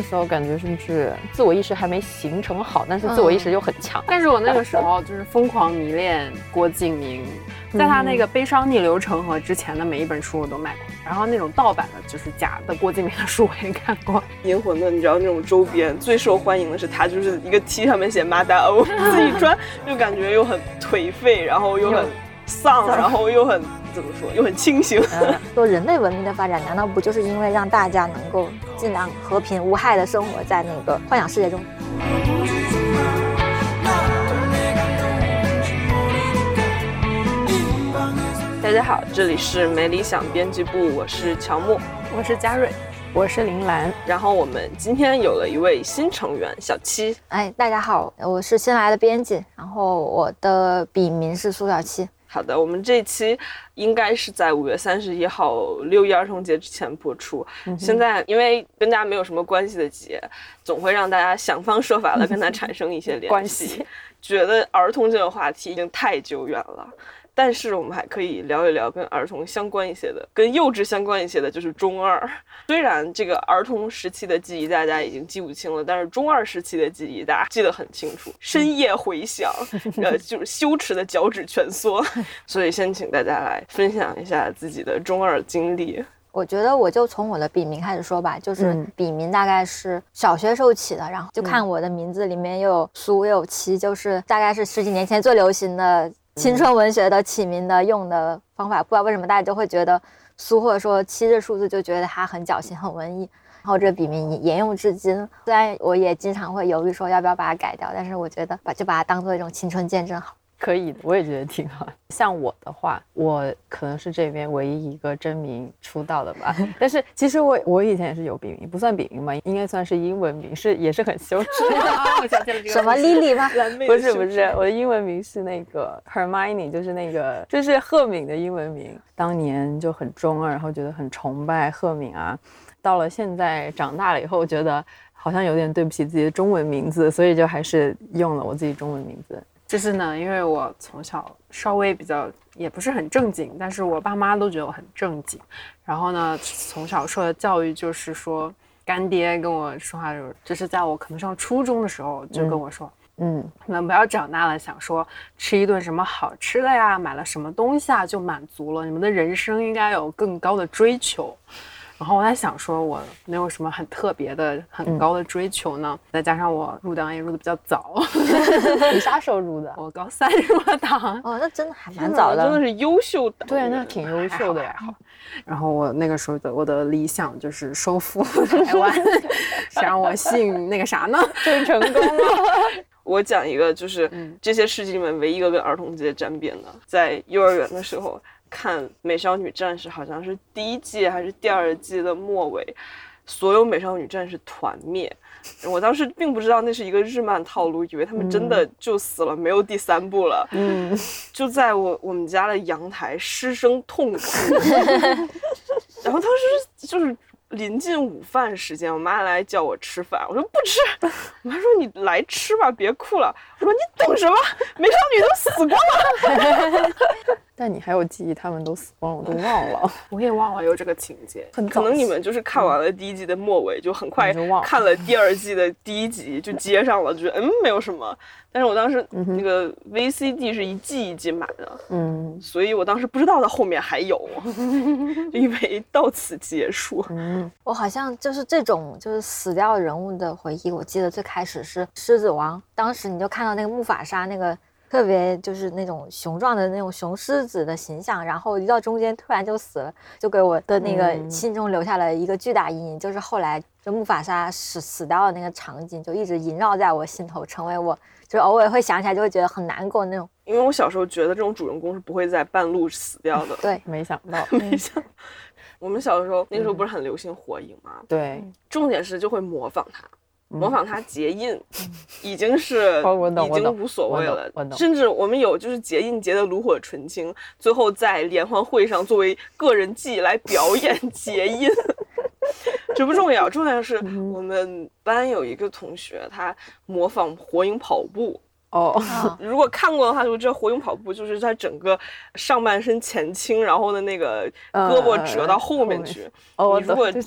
时候感觉是不是自我意识还没形成好，但是自我意识又很强。 但是我那个时候就是疯狂迷恋郭敬明，在他那个《悲伤逆流成河》之前的每一本书我都买过，然后那种盗版的就是假的郭敬明的书我也看过。 银魂的你知道那种周边最受欢迎的是它就是一个 T 上面写马达欧，自己穿就感觉又很颓废，然后又很丧，然后又很怎么说，又很清醒。 说人类文明的发展难道不就是因为让大家能够尽量和平无害的生活在那个幻想世界中？ 大家好，这里是没理想编辑部，我是乔木， 我是嘉瑞， 我是林兰。 然后我们今天有了一位新成员小七。 大家好，我是新来的编辑，然后我的笔名是苏小七。 好的，我们这一期应该是在5月31号6·1儿童节之前播出。现在因为跟大家没有什么关系的节，总会让大家想方设法的跟他产生一些联系。觉得儿童这个话题已经太久远了。但是我们还可以聊一聊跟儿童相关一些的，跟幼稚相关一些的，就是中二。虽然这个儿童时期的记忆大家已经记不清了，但是中二时期的记忆大家记得很清楚，深夜回想，就是羞耻的脚趾蜷缩。所以先请大家来分享一下自己的中二经历。 我觉得我就从我的笔名开始说吧，就是笔名大概是小学时候起的，然后就看我的名字里面又有苏又有七，就是大概是10几年前最流行的青春文学的起名的用的方法。不知道为什么大家就会觉得苏或者说七这数字就觉得它很矫情很文艺，然后这笔名沿用至今。虽然我也经常会犹豫说要不要把它改掉，但是我觉得就把它当做一种青春见证好。 可以的，我也觉得挺好。像我的话，我可能是这边唯一一个真名出道的吧。但是其实我以前也是有笔名，不算笔名嘛，应该算是英文名，也是很羞耻。 我想起了这个什么 Lily 吗？ 不是，我的英文名是那个 Hermione， 就是那个就是赫敏的英文名。当年就很中二，然后觉得很崇拜赫敏啊。到了现在长大了以后，觉得好像有点对不起自己的中文名字，所以就还是用了我自己中文名字。 就是呢，因为我从小稍微比较也不是很正经，但是我爸妈都觉得我很正经。然后呢，从小受的教育就是说，干爹跟我说话的时候，就是在我可能上初中的时候就跟我说，你们不要长大了想说吃一顿什么好吃的呀，买了什么东西啊就满足了，你们的人生应该有更高的追求。然后我在想说我没有什么很特别的很高的追求呢，再加上我入党也入的比较早。 你啥时候入的？ 我高3入了党。 哦，那真的还蛮早的， 真的是优秀党。 对，那挺优秀的呀。 然后我那个时候我的理想就是收复台湾，谁让我姓那个啥呢？ 真成功了。 我讲一个就是这些事迹里面唯一一个跟儿童节沾边的，在幼儿园的时候看《美少女战士》，好像是第1季还是第2季的末尾，所有美少女战士团灭。我当时并不知道那是一个日漫套路，以为他们真的就死了，没有第3部了。就在我们家的阳台失声痛哭。然后当时就是临近午饭时间，我妈来叫我吃饭，我说不吃。我妈说你来吃吧，别哭了。我说你懂什么？美少女都死光了。 但你还有记忆，他们都死光了，我都忘了。 我也忘了有这个情节。 可能你们就是看完了第1季的末尾，就很快看了第2季的第1集，就接上了，就觉得没有什么。但是我当时那个 VCD 是一季一季买的，所以我当时不知道它后面还有，以为到此结束。 我好像就是这种就是死掉人物的回忆，我记得最开始是《狮子王》，当时你就看到那个木法沙那个特别就是那种雄壮的那种雄狮子的形象，然后一到中间突然就死了，就给我的那个心中留下了一个巨大阴影。就是后来就木法沙死掉的那个场景就一直萦绕在我心头，成为我就是偶尔会想起来就会觉得很难过那种。 因为我小时候觉得这种主人公是不会在半路死掉的。 对， 没想到。 我们小的时候那个时候不是很流行火影吗？ 对， 重点是就会模仿他结印，已经是已经无所谓了。甚至我们有就是结印结的炉火纯青，最后在联欢会上作为个人技来表演结印。这不重要，重要是我们班有一个同学他模仿火影跑步。如果看过的话就知道火影跑步就是他整个上半身前倾，然后的那个胳膊折到后面去。你如果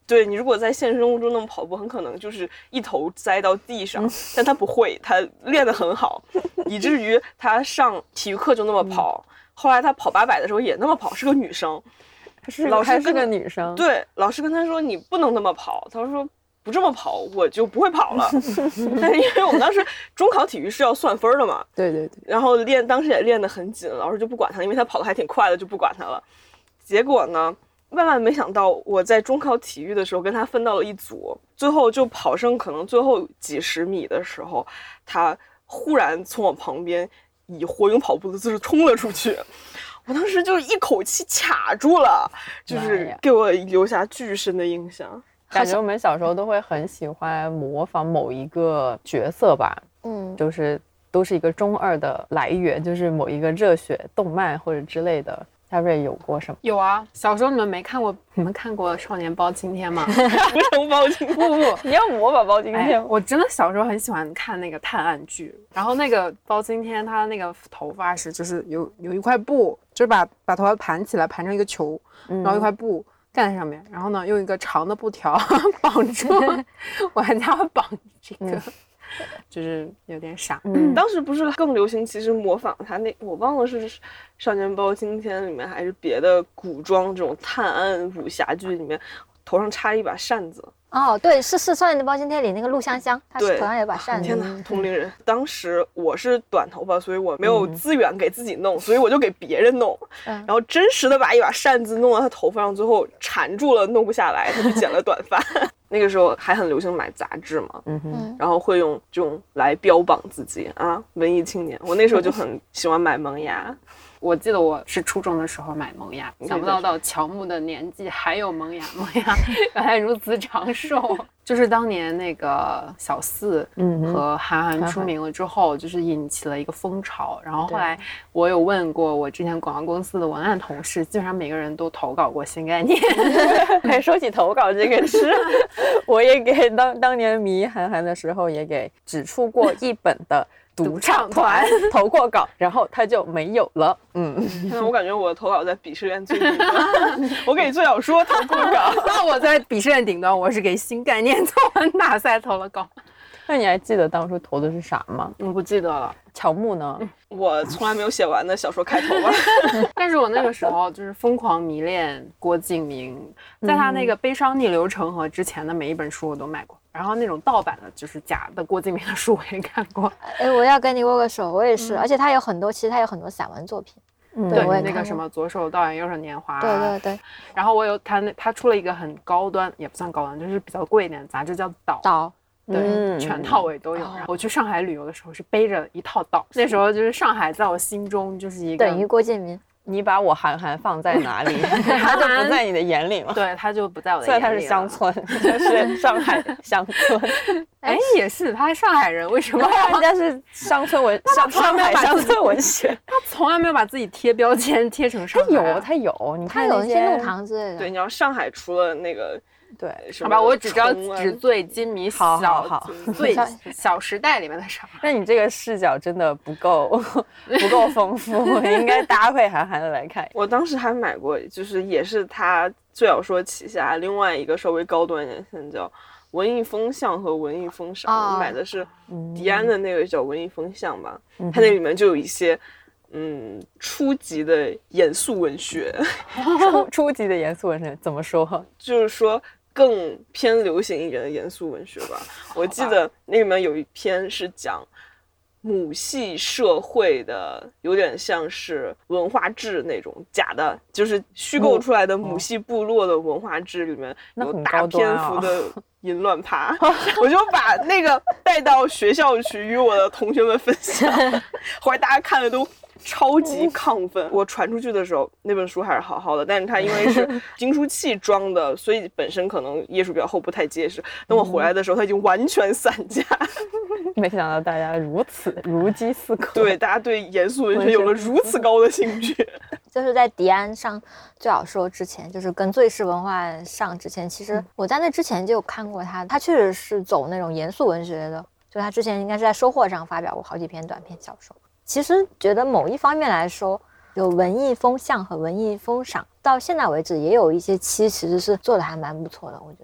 对，你如果在现实生活中那么跑步，很可能就是一头栽到地上，但他不会，他练得很好，以至于他上体育课就那么跑。后来他跑800的时候也那么跑，是个女生。 老师是个女生。 对，老师跟他说你不能那么跑，他说不这么跑我就不会跑了。但是因为我们当时中考体育是要算分的嘛， 对对对， 然后当时也练得很紧，老师就不管他，因为他跑得还挺快的，就不管他了。结果呢，万万没想到我在中考体育的时候跟他分到了一组，最后就跑剩可能最后几十米的时候，他忽然从我旁边以火影跑步的姿势冲了出去。我当时就一口气卡住了，就是给我留下巨深的印象。 感觉我们小时候都会很喜欢模仿某一个角色吧，就是都是一个中二的来源，就是某一个热血动漫或者之类的。夏瑞有过什么？ 有啊，小时候你们看过《少年包青天》吗？ 不成包青天， 不， 你要模仿包青天。 我真的小时候很喜欢看那个探案剧，然后那个包青天他那个头发是就是有一块布，就是把头发盘起来，盘成一个球，然后一块布盖在上面，然后呢用一个长的布条绑住，我还家会绑这个。就是有点傻。 当时不是更流行，其实模仿他那我忘了是《少年包青天》里面还是别的古装这种探案武侠剧里面，头上插一把扇子。 哦，对，是《少年的包青天》里那个陆香香，他头上有把扇子。 天哪，同龄人！当时我是短头发，所以我没有资源给自己弄，所以我就给别人弄，然后真实的把一把扇子弄到他头发上，最后缠住了，弄不下来，他就剪了短发。那个时候还很流行买杂志嘛，然后会用这种来标榜自己啊，文艺青年。我那时候就很喜欢买萌芽。 我记得我是初中的时候买萌芽，想不到乔木的年纪还有萌芽，原来如此长寿。就是当年那个小四和韩寒出名了之后，就是引起了一个风潮。然后后来我有问过我之前广告公司的文案同事，基本上每个人都投稿过新概念。 说起投稿这个事，我也给当年迷韩寒的时候也给只出过一本的独唱团投过稿，然后他就没有了。 我感觉我投稿在鄙视链最顶端，我给最小说投过稿。 那我在鄙视链顶端，我是给新概念作文大赛投了稿。 那你还记得当初投的是啥吗？ 我不记得了。 乔木呢？ 我从来没有写完的小说开头吧。 但是我那个时候就是疯狂迷恋郭敬明，在他那个《悲伤逆流成河》之前的每一本书我都买过。然后那种盗版的，就是假的郭敬明的书我也看过。 我要跟你握个手，我也是。而且他有很多，其实他有很多散文作品。 对，那个什么左手倒影右手年华。 对对对。 然后我有他出了一个很高端，也不算高端，就是比较贵一点的杂志，叫岛。对，全套我也都有。然后我去上海旅游的时候是背着一套岛，那时候就是上海在我心中就是一个等于郭敬明。 你把我韩寒放在哪里，他就不在你的眼里了。 对，他就不在我的眼里了。 虽然他是乡村，就是上海乡村。 也是，他是上海人，为什么？ 人家是乡村文，上海乡村文学。 他从来没有把自己贴标签贴成上海。 他有，你看有一些弄堂之类的。 对，你要上海除了那个。 对， 好吧，我只知道纸醉金迷，最小时代里面的啥。 那你这个视角真的不够丰富，应该搭配韩寒的来看。 我当时还买过，就是也是他最小说旗下另外一个稍微高端一点，现在叫文艺风向和文艺风尚。我买的是迪安的那个叫文艺风向吧，它那里面就有一些。初级的严肃文学， 初级的严肃文学怎么说？ 就是说更偏流行一点的严肃文学吧。我记得那里面有一篇是讲母系社会的，有点像是文化志那种假的，就是虚构出来的母系部落的文化志里面有大篇幅的淫乱趴，我就把那个带到学校去与我的同学们分享，后来大家看的都超级亢奋。我传出去的时候那本书还是好好的，但是它因为是精书器装的，所以本身可能页数比较厚，不太结实。等我回来的时候它已经完全散架。 没想到大家如饥似渴。 对，大家对严肃文学有了如此高的兴趣。 就是在迪安上最好说之前，就是跟最是文化上之前，其实我在那之前就有看过他确实是走那种严肃文学的，就他之前应该是在收获上发表过好几篇短篇小说。其实觉得某一方面来说，有文艺风向和文艺风尚，到现在为止也有一些期其实是做的还蛮不错的，我觉得。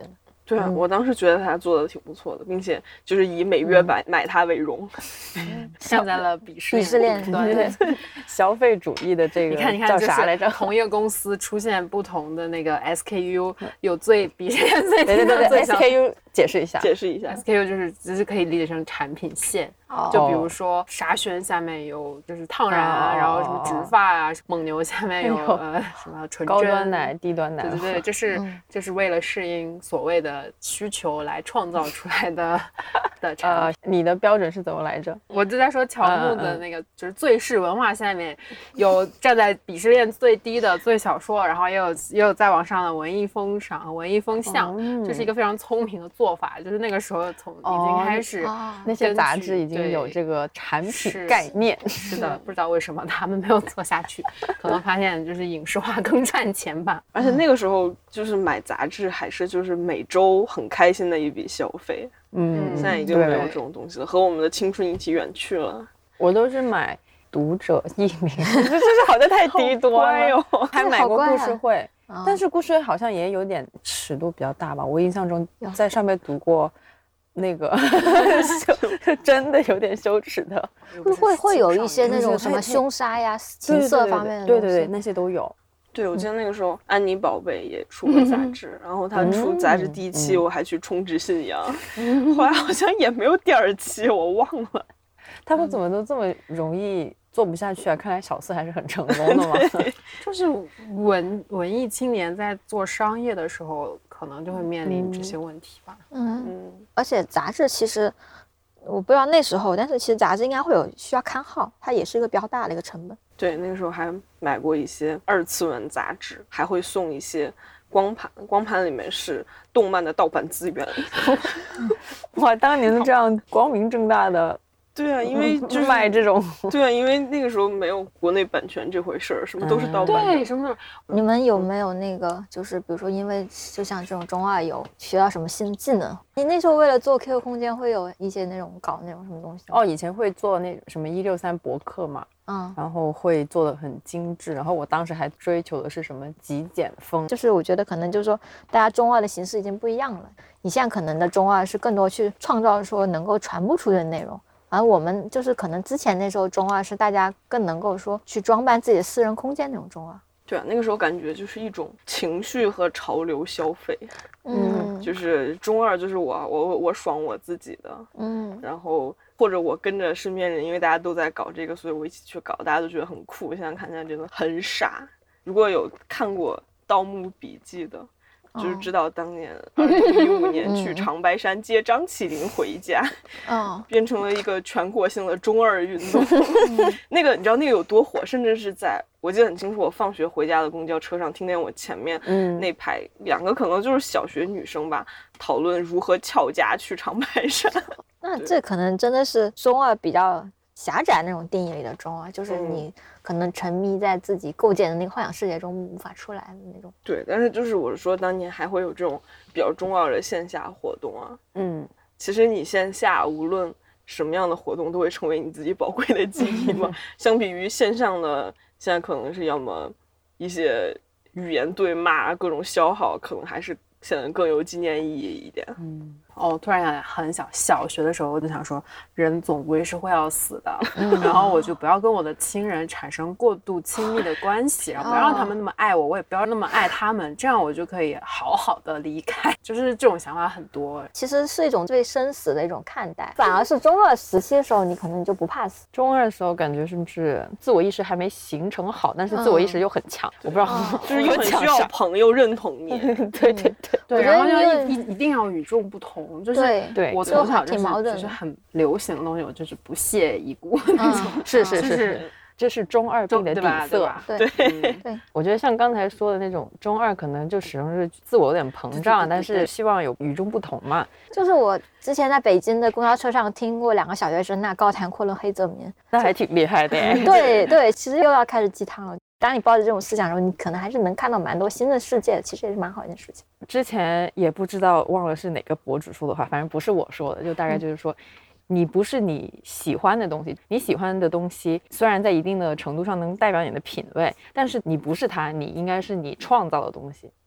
对啊，我当时觉得他做的挺不错的，并且就是以每月买它为荣， 站在了鄙视链。 对，消费主义的这个你看叫啥来着？ 同一个公司出现不同的那个 SKU， 有最鄙视链最低的对 SKU 解释一下 SKU 就是可以理解成产品线。就比如说沙宣下面有就是烫染啊，然后什么植发啊，蒙牛下面有什么纯高端奶、低端奶， 对，这是为了适应所谓的需求来创造出来的产品。 你的标准是怎么来着？ 我就在说乔木的那个就是最是文化下面有站在鄙视链最低的最小说，然后也有再往上的文艺风尚、文艺风向，这是一个非常聪明的做法。就是那个时候从已经开始， 那些杂志已经有这个产品概念。 是的，不知道为什么他们没有做下去，可能发现就是影视化更赚钱吧。 而且那个时候就是买杂志还是就是每周很开心的一笔消费。现在已经没有这种东西了，和我们的青春一起远去了。 我都是买读者译名，这是好像太低端了。还买过故事会，但是故事会好像也有点尺度比较大吧。我印象中在上面读过那个真的有点羞耻的。 会有一些那种什么凶杀呀、情色方面的东西， 对，那些都有。 对，我记得那个时候安妮宝贝也出过杂志，然后她出杂志第1期我还去充值信仰，后来好像也没有第2期，我忘了。 他们怎么都这么容易做不下去啊？看来小四还是很成功的嘛。 就是文艺青年在做商业的时候，可能就会面临这些问题吧。 而且杂志其实我不知道那时候，但是其实杂志应该会有需要刊号，它也是一个比较大的一个成本。 对，那个时候还买过一些2次文杂志，还会送一些光盘里面是动漫的盗版资源。 哇，当年这样光明正大的。 对啊，因为就是卖这种。 对啊，因为那个时候没有国内版权这回事儿，什么都是盗版的。 对，什么都。 你们有没有那个，就是比如说，因为就像这种中二有学到什么新技能？你那时候为了做 QQ 空间，会有一些那种搞那种什么东西？ 以前会做那种什么163博客嘛，然后会做的很精致，然后我当时还追求的是什么极简风， 就是我觉得可能就是说，大家中二的形式已经不一样了。你现在可能的中二是更多去创造说能够传播出去的内容。而我们就是可能之前那时候中二是大家更能够说去装扮自己的私人空间那种中二。 对啊，那个时候感觉就是一种情绪和潮流消费。就是中二就是我爽我自己的。然后或者我跟着身边人，因为大家都在搞这个，所以我一起去搞，大家都觉得很酷。现在看起来真的很傻。如果有看过《盗墓笔记》的，就是知道当年2015年去长白山接张起灵回家，变成了一个全国性的中二运动。那个你知道那个有多火？甚至是我记得很清楚，我放学回家的公交车上，听见我前面那排2个可能就是小学女生吧，讨论如何翘家去长白山。 那这可能真的是中二比较狭窄那种定义里的中二，就是你可能沉迷在自己构建的那个幻想世界中无法出来的那种。 对，但是就是我说当年还会有这种比较中二的线下活动啊。其实你线下无论什么样的活动都会成为你自己宝贵的记忆嘛。相比于线上的，现在可能是要么一些语言对骂，各种消耗，可能还是现在更有纪念意义一点。 突然想很小学的时候，我就想说，人总归是会要死的，然后我就不要跟我的亲人产生过度亲密的关系，然后不要让他们那么爱我，我也不要那么爱他们，这样我就可以好好的离开。就是这种想法很多， 其实是一种对生死的一种看待，反而是中二时期的时候，你可能就不怕死。 中二的时候感觉是不是自我意识还没形成好，但是自我意识又很强，我不知道， 就是又很需要朋友认同你。 对，然后就一定要与众不同。就是对， 我从小就是很流行的东西，我就是不屑一顾。 是，这是中二病的底色。 对， 我觉得像刚才说的那种中二，可能就始终是自我有点膨胀，但是希望有与众不同嘛。 就是我之前在北京的公交车上听过2个小学生那高谈阔论黑泽明， 那还挺厉害的。 对，其实又要开始鸡汤了。当你抱着这种思想的时候，你可能还是能看到蛮多新的世界，其实也是蛮好一件事情。 之前也不知道忘了是哪个博主说的话，反正不是我说的，就大概就是说，你不是你喜欢的东西，你喜欢的东西虽然在一定的程度上能代表你的品味，但是你不是它，你应该是你创造的东西。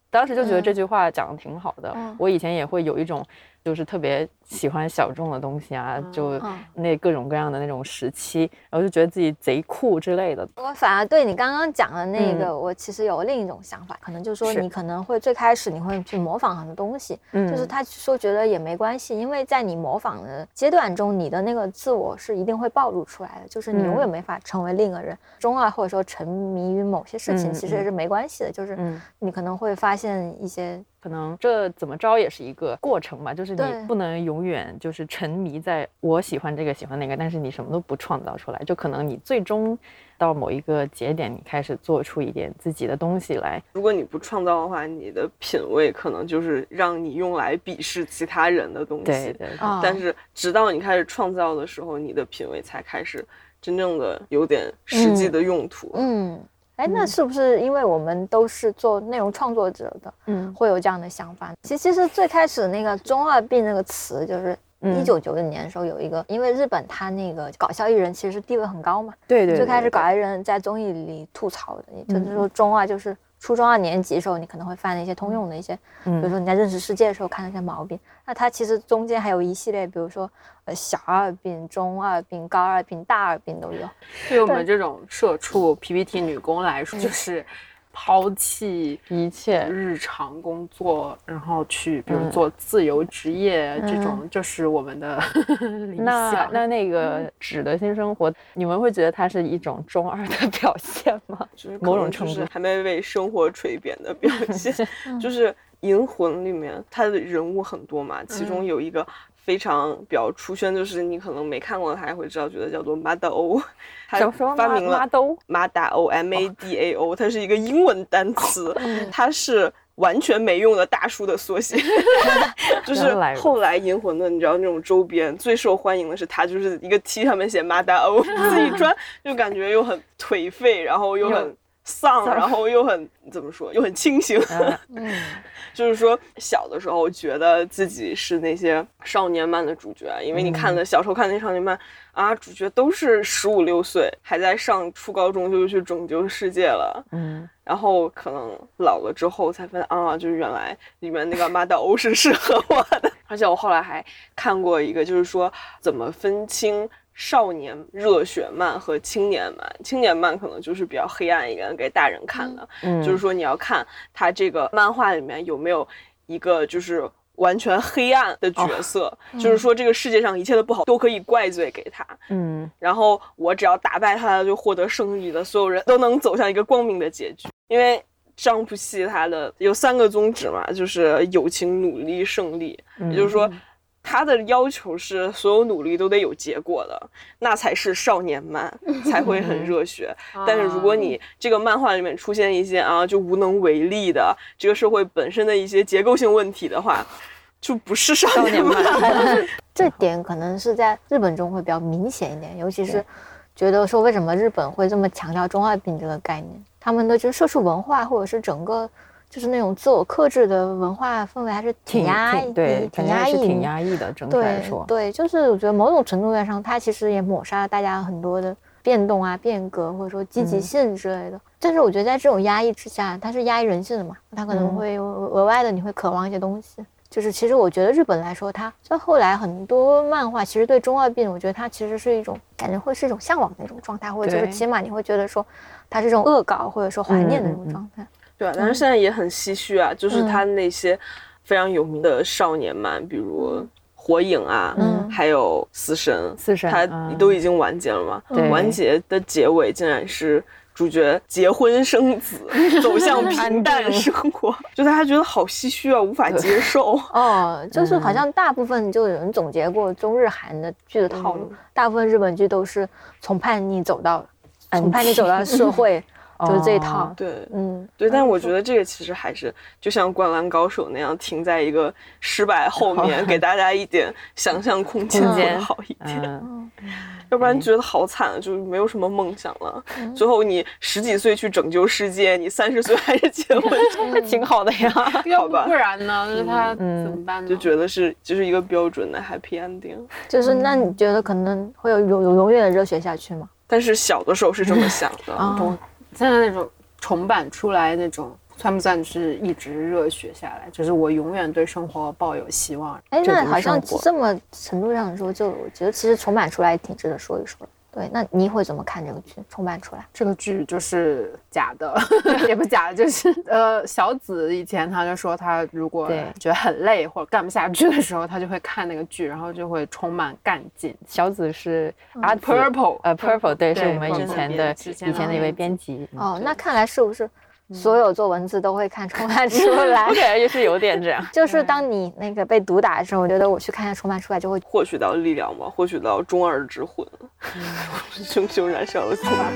当时就觉得这句话讲的挺好的。我以前也会有一种就是特别喜欢小众的东西啊，就那各种各样的那种时期，然后就觉得自己贼酷之类的。 我反而对你刚刚讲的那个，我其实有另一种想法，可能就是说你可能会最开始你会去模仿很多东西，就是他说觉得也没关系，因为在你模仿的阶段中，你的那个自我是一定会暴露出来的，就是你永远没法成为另一个人。中二或者说沉迷于某些事情，其实也是没关系的，就是你可能会发现一些。 可能这怎么着也是一个过程吧，就是你不能永远就是沉迷在我喜欢这个喜欢那个，但是你什么都不创造出来，就可能你最终到某一个节点，你开始做出一点自己的东西来。 如果你不创造的话，你的品味可能就是让你用来鄙视其他人的东西。 对。 但是直到你开始创造的时候，你的品味才开始真正的有点实际的用途。 那是不是因为我们都是做内容创作者的，会有这样的想法？其实最开始那个中二病那个词，就是1990年的时候有一个，因为日本他那个搞笑艺人其实地位很高嘛， 对， 最开始搞笑艺人在综艺里吐槽的，也就是说中二就是初中2年级的时候，你可能会犯的一些通用的一些，比如说你在认识世界的时候看那些毛病。那它其实中间还有一系列，比如说小二病、中二病、高二病、大二病都有。 对我们这种社畜 PPT 女工来说，就是抛弃一切日常工作，然后去比如做自由职业，这种就是我们的理想。 那个纸的新生活，你们会觉得它是一种中二的表现吗？ 就是某种程度还没为生活垂贬的表现。就是《银魂》里面它的人物很多嘛，其中有一个非常比较出圈，就是你可能没看过的他也会知道，觉得叫做马达欧。他发明了马达欧 MADAO， 它是一个英文单词，它是完全没用的大叔的缩写。就是后来银魂的你知道那种周边最受欢迎的是它，就是一个 T 上面写马达欧，自己穿就感觉又很颓废，然后又很丧，然后又很怎么说，又很清醒。就是说小的时候觉得自己是那些少年漫的主角，因为你看的小时候看那些少年漫啊，主角都是15、16岁，还在上初高中就去拯救世界了。然后可能老了之后才发现啊，就是原来里面那个马达欧是适合我的。而且我后来还看过一个，就是说怎么分清少年热血漫和青年漫。青年漫可能就是比较黑暗一点，给大人看的。就是说你要看他这个漫画里面有没有一个就是完全黑暗的角色，就是说这个世界上一切的不好都可以怪罪给他。然后我只要打败他就获得胜利了，所有人都能走向一个光明的结局。因为上部戏它的有3个宗旨嘛，就是友情、努力、胜利。也就是说他的要求是所有努力都得有结果的，那才是少年漫，才会很热血。但是如果你这个漫画里面出现一些就无能为力的这个社会本身的一些结构性问题的话，就不是少年漫。 这点可能是在日本中会比较明显一点，尤其是觉得说为什么日本会这么强调中二病这个概念，他们的就是社畜文化或者是整个就是那种自我克制的文化氛围还是挺压抑， 挺压抑的。整体来说， 对，就是我觉得某种程度上，它其实也抹杀了大家很多的变动啊、变革或者说积极性之类的。但是我觉得在这种压抑之下，它是压抑人性的嘛，它可能会额外的你会渴望一些东西。就是其实我觉得日本来说，它到后来很多漫画其实对中二病，我觉得它其实是一种感觉，会是一种向往的那种状态，或者就是起码你会觉得说它是这种恶搞或者说怀念的那种状态。 对，但是现在也很唏嘘啊，就是他那些非常有名的少年漫，比如火影啊，还有死神，它都已经完结了嘛。完结的结尾竟然是主角结婚生子，走向平淡生活，就大家觉得好唏嘘啊，无法接受。 就是好像大部分就有人总结过中日韩的剧的套路，大部分日本剧都是从叛逆走到社会。就是这一套。 对，但我觉得这个其实还是就像《灌篮高手》那样，停在一个失败后面，给大家一点想象空间会好一点。要不然觉得好惨，就没有什么梦想了。最后你10几岁去拯救世界，你30岁还是结婚， 还挺好的呀。 好吧， 不然呢？那他怎么办呢？ 就觉得就是一个标准的 happy ending。 就是那你觉得可能会有永远的热血下去吗？ 但是小的时候是这么想的。 现在那种重版出来那种算不算是一直热血下来？就是我永远对生活抱有希望。 哎，那好像这么程度上说，就我觉得其实重版出来挺值得说一说的。对，那你会怎么看这个剧重版出来？ 这个剧就是假的，也不假的，就是小紫以前他就说，他如果觉得很累或者干不下去的时候，他就会看那个剧，然后就会充满干劲。 小紫是 Purple， 对，是我们以前的一位编辑。 哦，那看来是不是所有做文字都会看重版出来？ 我感觉也是有点这样。 就是当你那个被毒打的时候，我觉得我去看一下重版出来就会获取到力量嘛，获取到中二之魂，熊熊燃烧了起来。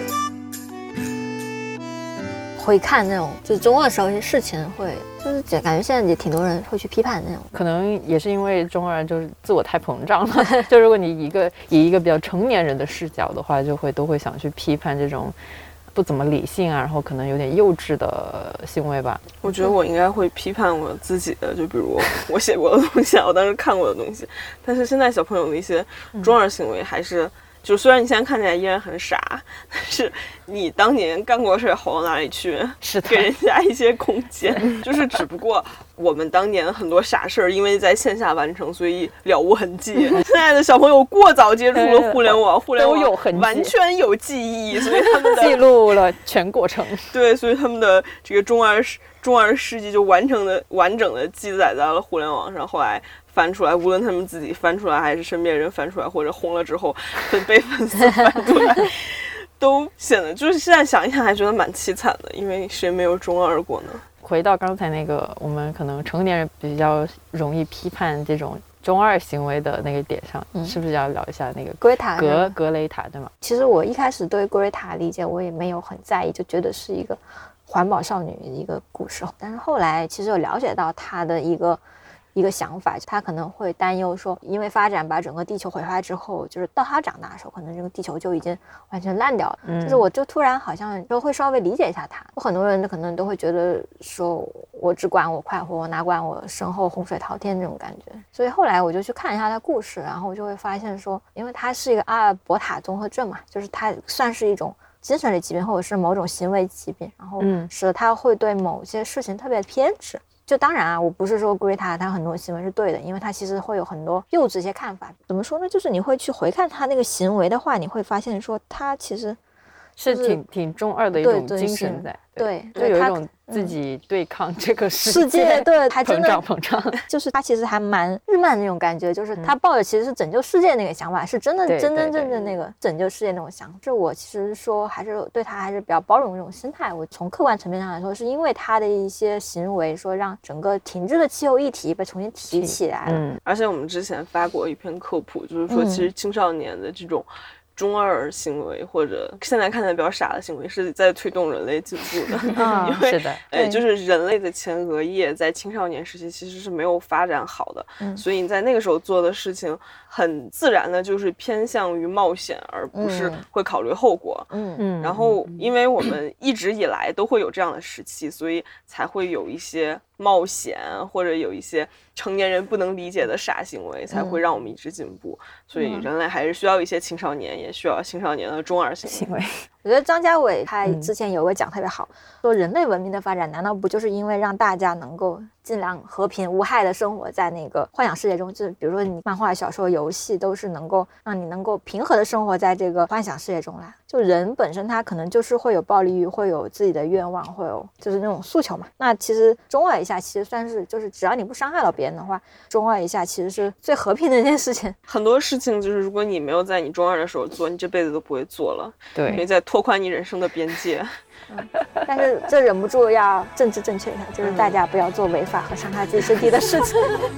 回看那种就是中二时候一些事情会，就是感觉现在也挺多人会去批判那种。 可能也是因为中二就是自我太膨胀了。就如果你以一个比较成年人的视角的话，都会想去批判这种不怎么理性啊，然后可能有点幼稚的行为吧。 我觉得我应该会批判我自己的，就比如我写过的东西啊，我当时看过的东西。但是现在小朋友的一些中二行为还是，就虽然你现在看起来依然很傻，但是你当年干过事好到哪里去？ 是的， 给人家一些空间。就是只不过我们当年很多傻事儿，因为在线下完成，所以了无痕迹。现在的小朋友过早接触了互联网，互联网有痕迹， 完全有记忆，所以他们的记录了全过程。 对，所以他们的这个中二事迹就完整的记载在了互联网上。后来翻出来，无论他们自己翻出来，还是身边人翻出来，或者红了之后被粉丝翻出来，都显得就是现在想一想还觉得蛮凄惨的，因为谁没有中二过呢？ 回到刚才那个，我们可能成年人比较容易批判这种中二行为的那个点上，是不是要聊一下那个格雷塔，对吗？ 其实我一开始对格雷塔理解我也没有很在意，就觉得是一个环保少女的一个故事。但是后来其实有了解到她的一个想法，他可能会担忧说，因为发展把整个地球毁坏之后，就是到他长大的时候，可能这个地球就已经完全烂掉了。就是我就突然好像就会稍微理解一下他。很多人可能都会觉得说，我只管我快活，我哪管我身后洪水滔天这种感觉。所以后来我就去看一下他故事，然后我就会发现说，因为他是一个阿尔伯塔综合症嘛，就是他算是一种精神类疾病或者是某种行为疾病，然后使得他会对某些事情特别偏执。就当然啊，我不是说格雷塔他很多行为是对的，因为他其实会有很多幼稚一些看法。怎么说呢？就是你会去回看他那个行为的话，你会发现说他其实是挺中二的一种精神在， 对， 就有一种自己对抗这个世界，对，还真的膨胀， 就是他其实还蛮日漫那种感觉，就是他抱的其实是拯救世界那个想法，是真的真正那个拯救世界那种想法。这我其实说还是对他还是比较包容这种心态。我从客观层面上来说，是因为他的一些行为，说让整个停滞的气候议题被重新提起来了。 而且我们之前发过一篇科普，就是说其实青少年的这种中二行为或者现在看起来比较傻的行为是在推动人类进步的。因为是的， 就是人类的前额叶在青少年时期其实是没有发展好的，所以你在那个时候做的事情很自然的就是偏向于冒险，而不是会考虑后果。然后因为我们一直以来都会有这样的时期，所以才会有一些冒险或者有一些成年人不能理解的傻行为，才会让我们一直进步。所以人类还是需要一些青少年，也需要青少年的中二行为。 我觉得张家伟他之前有个讲特别好，说人类文明的发展难道不就是因为让大家能够尽量和平无害的生活在那个幻想世界中？就是比如说你漫画、小说、游戏都是能够让你能够平和的生活在这个幻想世界中来。就人本身他可能就是会有暴力欲，会有自己的愿望，会有就是那种诉求嘛。那其实中二一下其实算是就是只要你不伤害到别人的话，中二一下其实是最和平的一件事情。 很多事情就是如果你没有在你中二的时候做，你这辈子都不会做了。 对， 因为在拓宽你人生的边界。 但是这忍不住要政治正确一下，就是大家不要做违法和伤害自己身体的事情。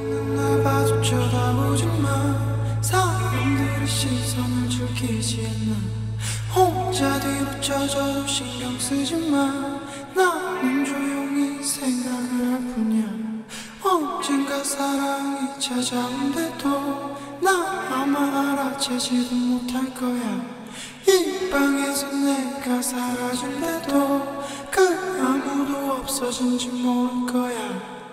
이 방에서 내가 사라진대도 그 아무도 없어진지 모를 거야.